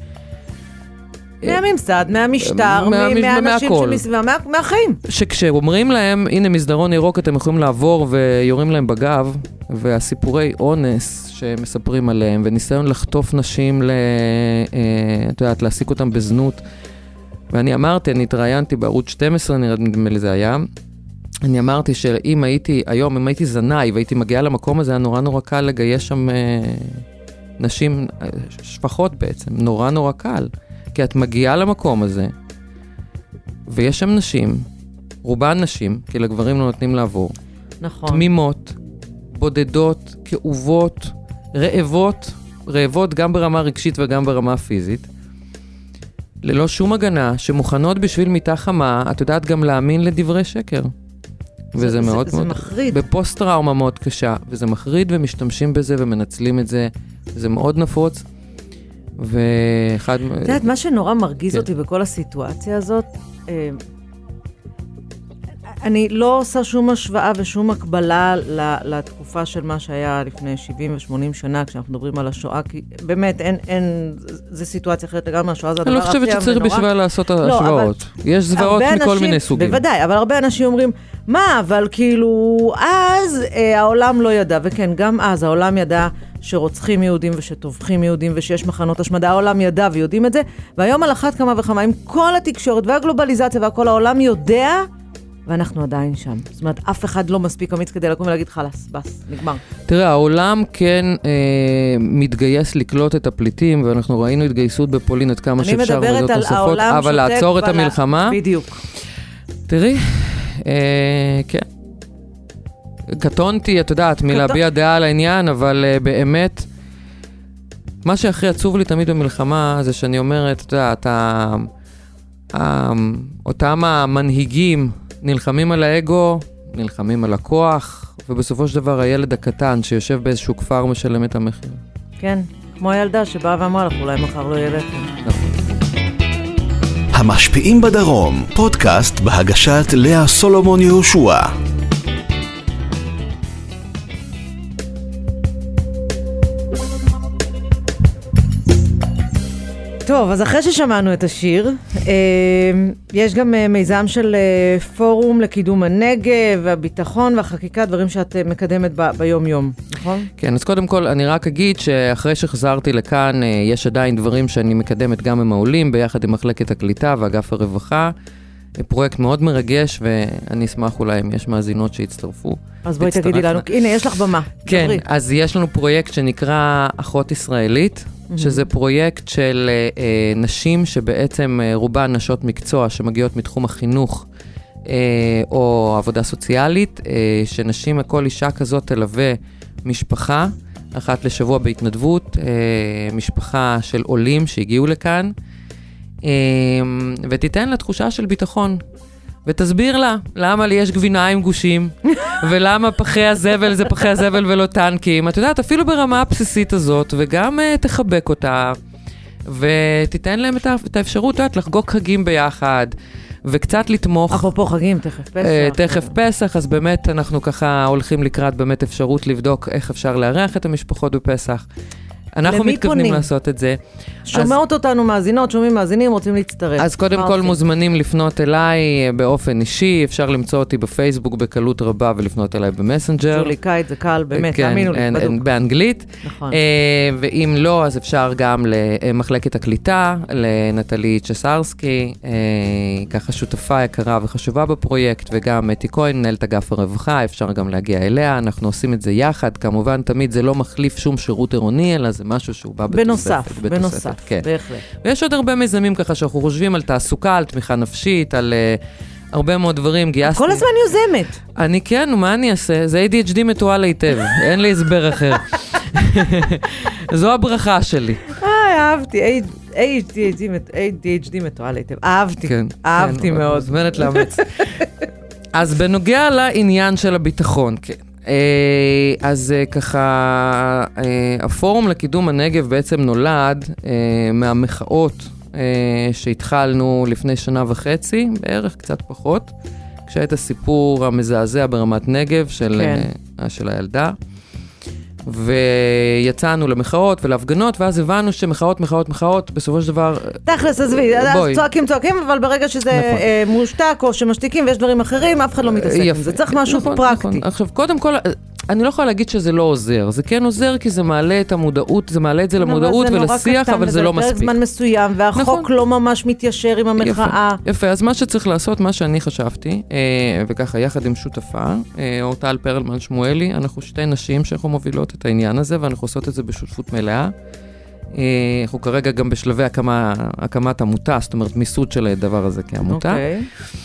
מהממסד, מהמשטר, מהאנשים שמסביבם, מהחיים. שכשאומרים להם, הנה מסדרון ירוק, אתם יכולים לעבור ויורים להם בגב, והסיפורי אונס שמספרים עליהם, וניסיון לחטוף נשים, את יודעת, להעסיק אותם בזנות. ואני אמרתי, אני התראיינתי בערוץ שתים עשרה, נדמה לי זה היה, אני אמרתי שאם הייתי, היום, אם הייתי זנאי והייתי מגיעה למקום הזה, היה נורא נורא קל לגייס שם נשים, שפחות בעצם, נורא נורא קל. כי את מגיעה למקום הזה, ויש שם נשים, רובן נשים, כי לגברים לא נותנים לעבור. נכון. תמימות, בודדות, כאובות, רעבות, רעבות גם ברמה רגשית וגם ברמה פיזית, ללא שום הגנה, שמוכנות בשביל מיטה חמה, את יודעת גם להאמין לדברי שקר. וזה זה, מאוד זה, מאוד... זה מחריד. בפוסט טראומה מאוד קשה, וזה מחריד ומשתמשים בזה ומנצלים את זה, וזה מאוד נפוץ. ואחד... את יודעת, מה שנורא מרגיז אותי בכל הסיטואציה הזאת, אני לא עושה שום השוואה ושום הקבלה לתקופה של מה שהיה לפני שבעים ושמונים שנה, כשאנחנו מדברים על השואה, כי באמת אין, אין, זה סיטואציה אחרת לגמרי, השואה זה הדבר הכי ונורא. אני לא חושבת שצריך בשביל לעשות השוואות. יש זוועות מכל מיני סוגים. בוודאי, אבל הרבה אנשים אומרים, מה, אבל כאילו, אז העולם לא ידע, וכן, גם אז העולם ידע שרוצחים יהודים ושטובחים יהודים ושיש מחנות השמדה, העולם ידע ויודעים את זה, והיום על אחת כמה וכמה, עם כל התקשורת והגלובליזציה והכל העולם יודע, ואנחנו עדיין שם. זאת אומרת, אף אחד לא מספיק אמיץ כדי לקום ולהגיד, חלס, בס, נגמר. תראה, העולם כן אה, מתגייס לקלוט את הפליטים, ואנחנו ראינו התגייסות בפולין עד כמה שאפשר מדברת על העולם אבל לעצור את המלחמה. בדיוק. תראי, אה, כן. קטונתי, את יודעת, מלהביע דעה על העניין, אבל uh, באמת, מה שהכי עצוב לי תמיד במלחמה, זה שאני אומרת, אתה יודע, אתה, אותם המנהיגים נלחמים על האגו, נלחמים על הכוח, ובסופו של דבר הילד הקטן שיושב באיזשהו כפר משלם את המחיר. כן, כמו הילדה שבאה ואמרה לך, אולי מחר לא ילד. נכון. המשפיעים בדרום, פודקאסט בהגשת לאה סולומון יהושע. טוב, אז אחרי ששמענו את השיר, יש גם מיזם של פורום לקידום הנגב, והביטחון והחקיקה, דברים שאת מקדמת ביום-יום, נכון? כן, אז קודם כל אני רק אגיד שאחרי שחזרתי לכאן, יש עדיין דברים שאני מקדמת גם עם העולים, ביחד עם מחלקת הקליטה ואגף הרווחה. פרויקט מאוד מרגש, ואני אשמח אולי אם יש מאזינות שהצטרפו. אז בואי תגידי לנו, הנה, יש לך במה. כן, אז יש לנו פרויקט שנקרא אחות ישראלית, שזה פרויקט של אה, נשים שבעצם אה, רובן נשות מקצוע שמגיעות מתחום החינוך אה, או עבודה סוציאלית, אה, שנשים, כל אישה כזאת תלווה משפחה, אחת לשבוע בהתנדבות, אה, משפחה של עולים שהגיעו לכאן, אה, ותיתן לה תחושה של ביטחון. ותסביר לה למה לי יש גבינה עם גושים, ולמה פחי הזבל זה פחי הזבל ולא טנקים. את יודעת, אפילו ברמה הבסיסית הזאת, וגם uh, תחבק אותה, ותיתן להם את, את האפשרות, את יודעת, לחגוג חגים ביחד, וקצת לתמוך. אפרופו חגים, תכף פסח. Uh, תכף פסח, אז באמת אנחנו ככה הולכים לקראת באמת אפשרות לבדוק איך אפשר לארח את המשפחות בפסח. אנחנו מתכוונים פונים? לעשות את זה. שומעות אז, אותנו מאזינות, שומעים מאזינים, רוצים להצטרף. אז קודם כל עושים? מוזמנים לפנות אליי באופן אישי, אפשר למצוא אותי בפייסבוק בקלות רבה ולפנות אליי במסנג'ר. ג'וליקאית זה קל, באמת, כן, תאמינו לי, בדוק. באנגלית. נכון. אה, ואם לא, אז אפשר גם למחלקת הקליטה, לנטלי צ'סרסקי, אה, ככה שותפה יקרה וחשובה בפרויקט, וגם אתי כהן, מנהלת אגף הרווחה, אפשר גם להגיע אליה, אנחנו עושים את זה יחד, כמובן תמיד זה לא מחליף שום שירות עירוני, אלא זה משהו שהוא בא בתוספת. בנוסף, בנוסף, כן. בהחלט. ויש עוד הרבה מיזמים ככה שאנחנו חושבים על תעסוקה, על תמיכה נפשית, על uh, הרבה מאוד דברים. גייסתי. כל הזמן יוזמת. אני כן, מה אני אעשה? זה איי די אייץ' די מתועל היטב, אין לי הסבר אחר. זו הברכה שלי. איי, אהבתי, איי די אייץ' די מתועל היטב. אהבתי, אהבתי מאוד. מוזמנת לאמץ. אז בנוגע לעניין של הביטחון, כן. אז ככה, הפורום לקידום הנגב בעצם נולד מהמחאות שהתחלנו לפני שנה וחצי, בערך קצת פחות, כשהיה את הסיפור המזעזע ברמת נגב של, כן. של הילדה. ויצאנו למחאות ולהפגנות, ואז הבנו שמחאות, מחאות, מחאות, בסופו של דבר... תכלס, עזבי, אז צועקים, צועקים, אבל ברגע שזה מושתק או שמשתיקים ויש דברים אחרים, אף אחד לא מתעסק עם זה. צריך משהו פרקטי. עכשיו, קודם כל, אני לא יכולה להגיד שזה לא עוזר. זה כן עוזר כי זה מעלה את המודעות, זה מעלה את זה למודעות ולשיח, אבל זה לא מספיק. זה זמן מסוים, והחוק לא ממש מתיישר עם המחאה. יפה, אז מה שצריך לעשות, מה שאני חשבתי, וככה יחד עם שותפה, אורטל פרלמן שמואלי, אנחנו שתי נשים שאנחנו מובילות את העניין הזה, ואנחנו עושות את זה בשותפות מלאה. אנחנו כרגע גם בשלבי הקמה, הקמת עמותה, זאת אומרת מיסוד של הדבר הזה כעמותה. אוקיי.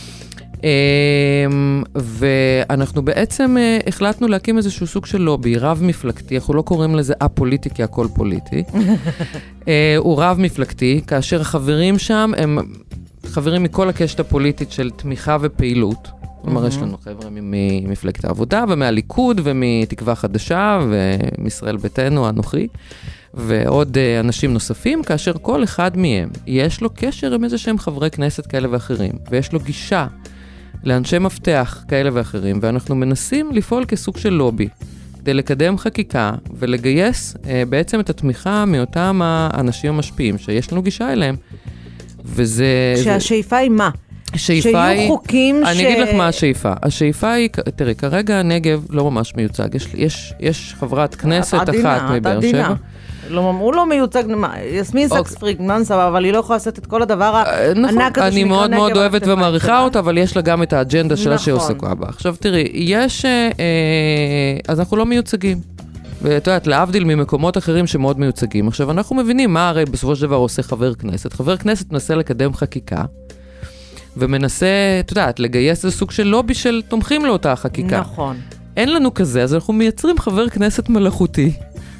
ואנחנו בעצם החלטנו להקים איזשהו סוג של לובי, רב מפלגתי, אנחנו לא קוראים לזה א-פוליטי כי הכל פוליטי. הוא רב מפלגתי, כאשר החברים שם הם חברים מכל הקשת הפוליטית של תמיכה ופעילות. כלומר, יש לנו חבר'ה ממפלגת העבודה ומהליכוד ומתקווה חדשה ומישראל ביתנו הנוכרי. ועוד uh, אנשים נוספים, כאשר כל אחד מהם יש לו קשר עם איזה שהם חברי כנסת כאלה ואחרים, ויש לו גישה לאנשי מפתח כאלה ואחרים, ואנחנו מנסים לפעול כסוג של לובי, כדי לקדם חקיקה ולגייס uh, בעצם את התמיכה מאותם האנשים המשפיעים שיש לנו גישה אליהם. וזה... שהשאיפה היא מה? השאיפה היא... שיהיו חוקים אני ש... אני אגיד לך מה השאיפה. השאיפה היא, תראי, כרגע הנגב לא ממש מיוצג. יש, יש, יש חברת כנסת אחת מבאר שבע. לא, הוא לא מיוצג, יסמין סקס פרידמן, סבבה, אבל היא לא יכולה לעשות את כל הדבר הענק הזה. אני מאוד מאוד אוהבת ומעריכה אותה, אבל יש לה גם את האג'נדה שלה שעוסקה בה. עכשיו תראי, יש, אז אנחנו לא מיוצגים. ואת יודעת, להבדיל ממקומות אחרים שמאוד מיוצגים. עכשיו, אנחנו מבינים מה הרי בסופו של דבר עושה חבר כנסת. חבר כנסת מנסה לקדם חקיקה, ומנסה, את יודעת, לגייס איזה סוג של לובי של תומכים לאותה החקיקה. נכון. אין לנו כזה, אז אנחנו מייצרים חבר כנסת מלאכותי,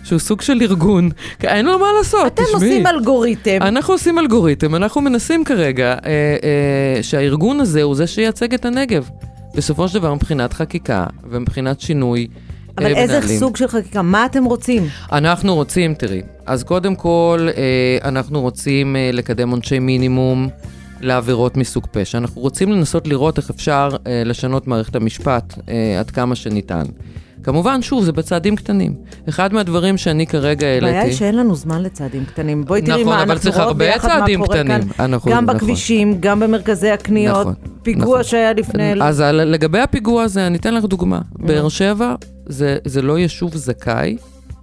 שהוא סוג של ארגון, כי אין לו מה לעשות, אתם תשמעי. עושים אלגוריתם. אנחנו עושים אלגוריתם, אנחנו מנסים כרגע אה, אה, שהארגון הזה הוא זה שייצג את הנגב. בסופו של דבר מבחינת חקיקה ומבחינת שינוי אבל אה, איזה מנהלים. סוג של חקיקה? מה אתם רוצים? אנחנו רוצים, תראי, אז קודם כל אה, אנחנו רוצים אה, לקדם עונשי מינימום לעבירות מסוג פשע. אנחנו רוצים לנסות לראות איך אפשר אה, לשנות מערכת המשפט אה, עד כמה שניתן. כמובן, שוב, זה בצעדים קטנים. אחד מהדברים שאני כרגע העליתי... הבעיה היא שאין לנו זמן לצעדים קטנים. בואי תראי נכון, מה אבל אנחנו צריך רואות הרבה ביחד מה צעדים קורה קטנים. כאן. אנחנו- גם נכון. בכבישים, גם במרכזי הקניות, נכון, פיגוע נכון. שהיה לפני... אז על- לגבי הפיגוע הזה, אני אתן לך דוגמה. באר שבע זה, זה לא יישוב זכאי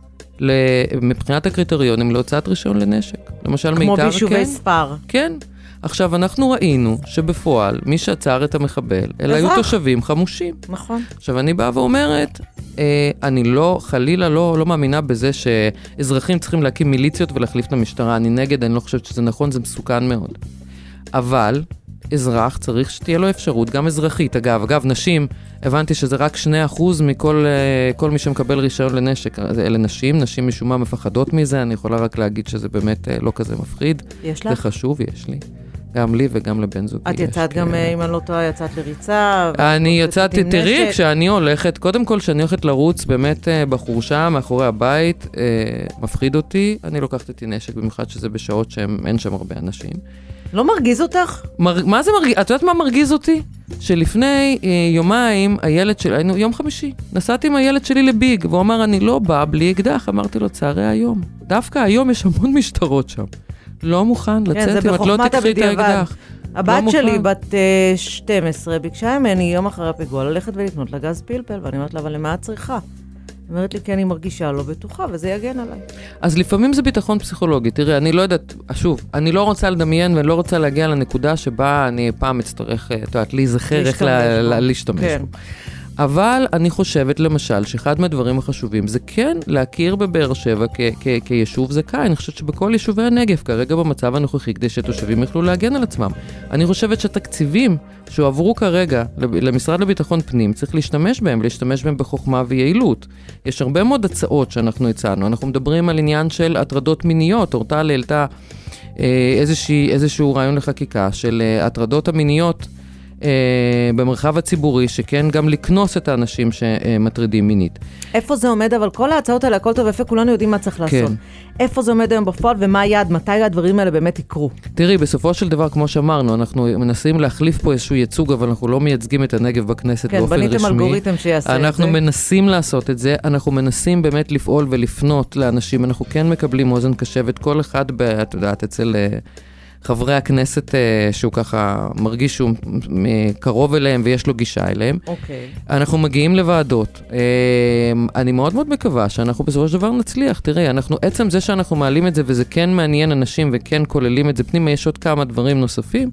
ל- מבחינת הקריטריונים להוצאת רישיון לנשק. למשל, כמו מיתר, ביישובי כן. ספר. כן. עכשיו, אנחנו ראינו שבפועל, מי שעצר את המחבל, אלה היו אזרח. תושבים חמושים. נכון. עכשיו, אני באה ואומרת, אה, אני לא, חלילה לא, לא מאמינה בזה שאזרחים צריכים להקים מיליציות ולהחליף את המשטרה. אני נגד, אני לא חושבת שזה נכון, זה מסוכן מאוד. אבל אזרח צריך שתהיה לו אפשרות, גם אזרחית. אגב, אגב, נשים, הבנתי שזה רק שני אחוז מכל אה, כל מי שמקבל רישיון לנשק. אלה נשים, נשים משום מה מפחדות מזה, אני יכולה רק להגיד שזה באמת אה, לא כזה מפחיד. יש זה לך? חשוב, יש לי. גם לי וגם לבן זוגי. את יצאת יש, גם, כן. אה, אם אני לא טועה, יצאת לריצה. אני ואת יצאתי, עם תראי, נשק. כשאני הולכת, קודם כל, כשאני הולכת לרוץ באמת אה, בחורשה, מאחורי הבית, אה, מפחיד אותי, אני לוקחת איתי נשק, במיוחד שזה בשעות שאין שם הרבה אנשים. לא מרגיז אותך? מר, מה זה מרגיז? את יודעת מה מרגיז אותי? שלפני אה, יומיים, הילד שלי, היינו יום חמישי, נסעתי עם הילד שלי לביג, והוא אמר, אני לא בא בלי אקדח, אמרתי לו, צערי היום. דווקא היום יש המון משטרות שם. לא מוכן לצאת אם את לא תקחי את האקדח. הבת לא שלי, מוכן. בת אה, שתים עשרה, ביקשה ממני יום אחרי הפיגוע ללכת ולקנות לה גז פלפל, ואני אומרת לה, אבל למה את צריכה? היא אומרת לי, כי אני מרגישה לא בטוחה, וזה יגן עליי. אז לפעמים זה ביטחון פסיכולוגי. תראי, אני לא יודעת, שוב, אני לא רוצה לדמיין ואני לא רוצה להגיע לנקודה שבה אני פעם אצטרך, את יודעת, להיזכר איך לה- לה- להשתמש. כן. אבל אני חושבת, למשל, שאחד מהדברים החשובים זה כן להכיר בבאר שבע כ- כ- כיישוב זכאי. אני חושבת שבכל יישובי הנגב, כרגע במצב הנוכחי, כדי שתושבים יוכלו להגן על עצמם. אני חושבת שהתקציבים שהועברו כרגע למשרד לביטחון פנים, צריך להשתמש בהם, להשתמש בהם בחוכמה ויעילות. יש הרבה מאוד הצעות שאנחנו הצענו. אנחנו מדברים על עניין של הטרדות מיניות. אורטל העלתה אה, איזושהי, איזשהו רעיון לחקיקה של אה, הטרדות המיניות, Uh, במרחב הציבורי, שכן גם לקנוס את האנשים שמטרידים מינית. איפה זה עומד, אבל כל ההצעות האלה, הכל טוב ויפה, כולנו יודעים מה צריך לעשות. כן. איפה זה עומד היום בפועל, ומה היעד, מתי הדברים האלה באמת יקרו? תראי, בסופו של דבר, כמו שאמרנו, אנחנו מנסים להחליף פה איזשהו ייצוג, אבל אנחנו לא מייצגים את הנגב בכנסת כן, באופן רשמי. בניתם אלגוריתם שיעשה את זה. אנחנו מנסים לעשות את זה, אנחנו מנסים באמת לפעול ולפנות לאנשים, אנחנו כן מקבלים אוזן קשבת, כל אחד, את יודעת, אצל חברי הכנסת שהוא ככה מרגיש שהוא קרוב אליהם ויש לו גישה אליהם. אוקיי. אנחנו מגיעים לוועדות. אני מאוד מאוד מקווה שאנחנו בסופו של דבר נצליח. תראי, אנחנו, עצם זה שאנחנו מעלים את זה וזה כן מעניין אנשים וכן כוללים את זה פנימה, יש עוד כמה דברים נוספים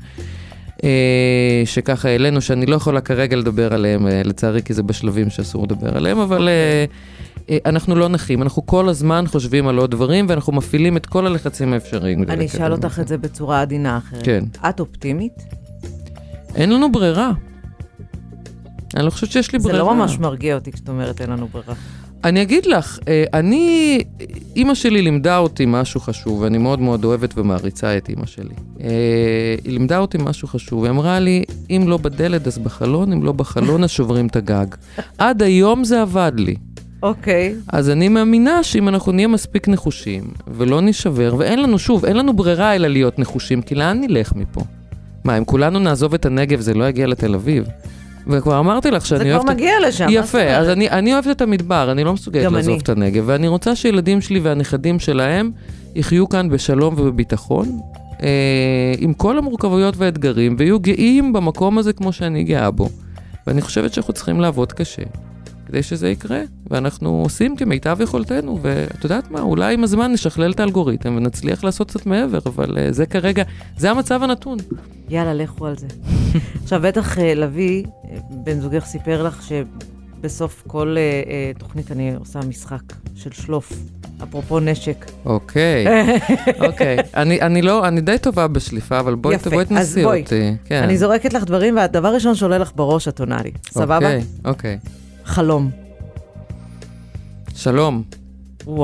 שככה אלינו, שאני לא יכולה כרגע לדבר עליהם, לצערי, כי זה בשלבים שאסור לדבר עליהם, אבל אנחנו לא נחים, אנחנו כל הזמן חושבים על עוד דברים, ואנחנו מפעילים את כל הלחצים האפשריים. אני אשאל אותך את זה בצורה עדינה אחרת. כן. את אופטימית? אין לנו ברירה. אני לא חושבת שיש לי זה ברירה. לא ממש מרגיע אותי כשאת אומרת אין לנו ברירה. אני אגיד לך, אני, אמא שלי לימדה אותי משהו חשוב, ואני מאוד מאוד אוהבת ומעריצה את אמא שלי. היא לימדה אותי משהו חשוב, היא אמרה לי, אם לא בדלת אז בחלון, אם לא בחלון אז שוברים את הגג. עד היום זה עבד לי. אוקיי. אז אני מאמינה שאם אנחנו נהיה מספיק נחושים, ולא נשבר, ואין לנו, שוב, אין לנו ברירה אלא להיות נחושים, כי לאן נלך מפה? מה, אם כולנו נעזוב את הנגב, זה לא יגיע לתל אביב? וכבר אמרתי לך שאני אוהבת... זה כבר מגיע לשם. יפה, אז אני, אני אוהבת את המדבר, אני לא מסוגלת לעזוב אני. את הנגב, ואני רוצה שילדים שלי והנכדים שלהם יחיו כאן בשלום ובביטחון, אה, עם כל המורכבויות והאתגרים, ויהיו גאים במקום הזה כמו שאני גאה בו. ואני חושבת שאנחנו צריכים לעבוד קשה, כדי שזה יקרה, ואנחנו עושים כמיטב יכולתנו, ואת יודעת מה, אולי עם הזמן נשכלל את האלגוריתם, ונצליח לעשות קצת מעבר, אבל uh, זה כרגע, זה המצב הנתון. יאללה, לכו על זה. עכשיו, בטח לוי, בן זוגך סיפר לך שבסוף כל uh, תוכנית אני עושה משחק של שלוף, אפרופו נשק. אוקיי, אוקיי. אני, אני לא, אני די טובה בשליפה, אבל בואי, בואי תנסי אותי. כן. אני זורקת לך דברים, והדבר ראשון שעולה לך בראש, את עונה לי. סבבה? אוקיי, אוקיי. חלום. שלום. וואה.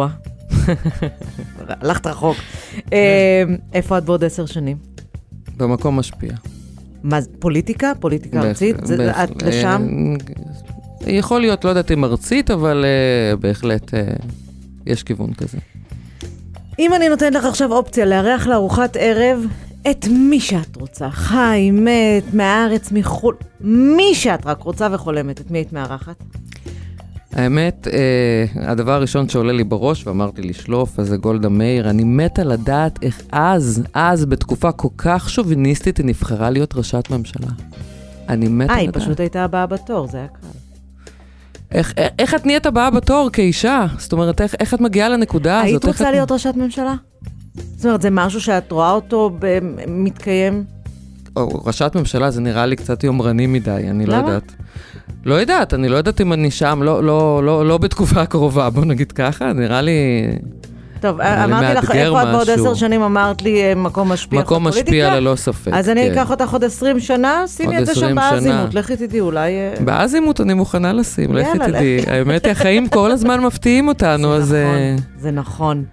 הלכת רחוק. איפה את בעוד עשר שנים? במקום משפיע. מה, פוליטיקה? פוליטיקה ארצית? את לשם? יכול להיות, לא יודעת אם ארצית, אבל בהחלט יש כיוון כזה. אם אני נותנת לך עכשיו אופציה לארח לארוחת ערב, את מי שאת רוצה, חי, מת, מהארץ, מחול, מי שאת רק רוצה וחולמת, את מי היית מארחת? האמת, אה, הדבר הראשון שעולה לי בראש, ואמרתי לשלוף, אז זה גולדה מאיר, אני מתה לדעת איך אז, אז בתקופה כל כך שוביניסטית, היא נבחרה להיות ראשת ממשלה. אני מתה לדעת. אה, לדעת. היא פשוט הייתה הבאה בתור, זה היה קל. איך, איך, איך את נהיית הבאה בתור כאישה? זאת אומרת, איך, איך את מגיעה לנקודה הזאת? היית רוצה את... להיות ראשת ממשלה? זאת אומרת, זה משהו שאת רואה אותו מתקיים? או, ראשת ממשלה זה נראה לי קצת יומרני מדי, אני למה? לא יודעת. לא יודעת, אני לא יודעת אם אני שם, לא, לא, לא, לא בתקופה הקרובה, בוא נגיד ככה, נראה לי... טוב, אמרתי לך, איפה את בעוד עשר שנים אמרת לי מקום משפיע? מקום משפיע ללא ספק. אז אני אקח אותך עוד עשרים שנה, שימי את זה שם באזימות, לכי תדעי, אולי... באזימות אני מוכנה לשים, לכי תדעי. האמת היא, החיים כל הזמן מפתיעים אותנו, אז... זה נכון.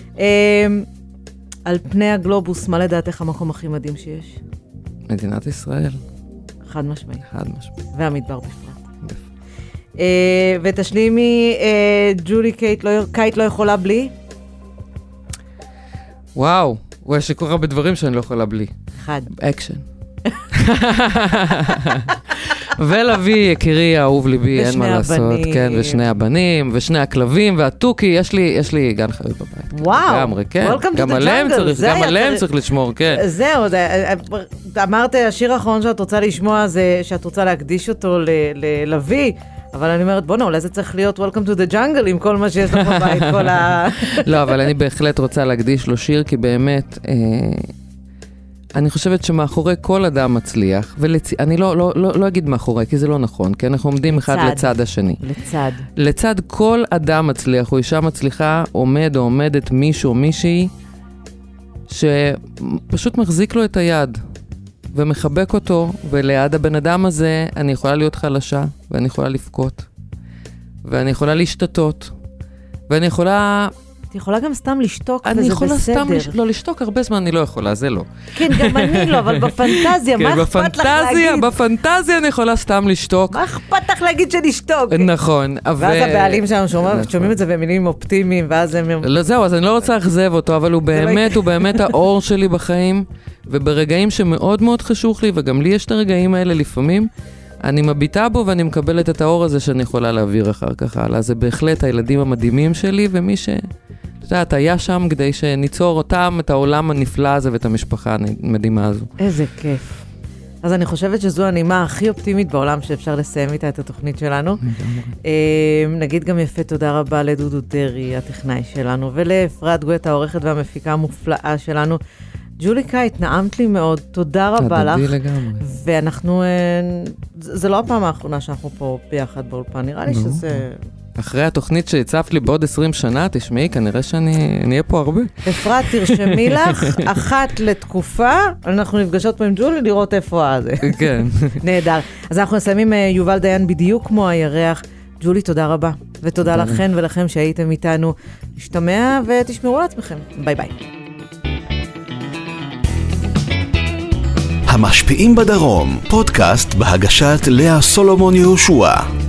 על פני הגלובוס, מה לדעתך המקום הכי מדהים שיש? מדינת ישראל. חד משמעי. חד משמעי. והמדבר בפרט. ותשלימי, ג'ולי קייט לא יכולה בלי? וואו, יש לי כל כך הרבה דברים שאני לא יכולה בלי. אחד. אקשן. ולוי, יקירי, אהוב ליבי, אין מה לעשות. כן, ושני הבנים, ושני הכלבים, והטוקי, יש לי, יש לי גן חיות בבית. וואו, לגמרי, כן. גם עליהם צריך, גם עליהם צריך לשמור, כן. זהו, אמרת, השיר האחרון שאת רוצה לשמוע זה שאת רוצה להקדיש אותו ללוי, אבל אני אומרת, בוא'נה, אולי זה צריך להיות Welcome to the Jungle עם כל מה שיש לך בבית, כל ה... לא, אבל אני בהחלט רוצה להקדיש לו שיר, כי באמת... אני חושבת שמאחורי כל אדם מצליח, ואני לא, לא, לא, לא אגיד מאחורי, כי זה לא נכון, כי אנחנו עומדים אחד לצד השני. לצד. לצד כל אדם מצליח, או אישה מצליחה, עומד או עומדת מישהו או מישהי, שפשוט מחזיק לו את היד, ומחבק אותו, וליד הבן אדם הזה אני יכולה להיות חלשה, ואני יכולה לפקוט, ואני יכולה להשתתות, ואני יכולה... את יכולה גם סתם לשתוק, וזה בסדר. אני יכולה סתם, לא, לשתוק הרבה זמן אני לא יכולה, זה לא. כן, גם אני לא, אבל בפנטזיה, מה אכפת לך להגיד? בפנטזיה אני יכולה סתם לשתוק. מה אכפת לך להגיד שנשתוק? נכון. ואז הבעלים שלנו שומעים את זה במילים אופטימיים, ואז הם... לא, זהו, אז אני לא רוצה להחזב אותו, אבל הוא באמת, הוא באמת האור שלי בחיים, וברגעים שמאוד מאוד חשוך לי, וגם לי יש את הרגעים האלה לפעמים, אני מביטה בו ואני מקבלת את האור הזה שאני יכולה להעביר אחר כך הלאה. זה בהחלט הילדים המדהימים שלי, ומי ש... את יודעת, היה שם כדי שניצור אותם, את העולם הנפלא הזה ואת המשפחה המדהימה הזו. איזה כיף. אז אני חושבת שזו הנימה הכי אופטימית בעולם שאפשר לסיים איתה את התוכנית שלנו. נגיד גם יפה תודה רבה לדודו דרי, הטכנאי שלנו, ולאפרת גואט, העורכת והמפיקה המופלאה שלנו. ג'ולי קייט, נעמת לי מאוד, תודה רבה לך. תדעי לגמרי. ואנחנו, זה לא הפעם האחרונה שאנחנו פה ביחד באולפן, נראה לי שזה... אחרי התוכנית שהצפת לי בעוד עשרים שנה, תשמעי, כנראה שאני אהיה פה הרבה. אפרת, תרשמי לך, אחת לתקופה, אנחנו נפגשות פה עם ג'ולי לראות איפה הזה. כן. נהדר. אז אנחנו נסיימים יובל דיין בדיוק כמו הירח. ג'ולי, תודה רבה. ותודה לכן ולכם שהייתם איתנו. נשתמע ותשמרו לעצמכם. ביי ביי. המשפיעים בדרום, פודקאסט בהגשת לאה סולומון יהושע.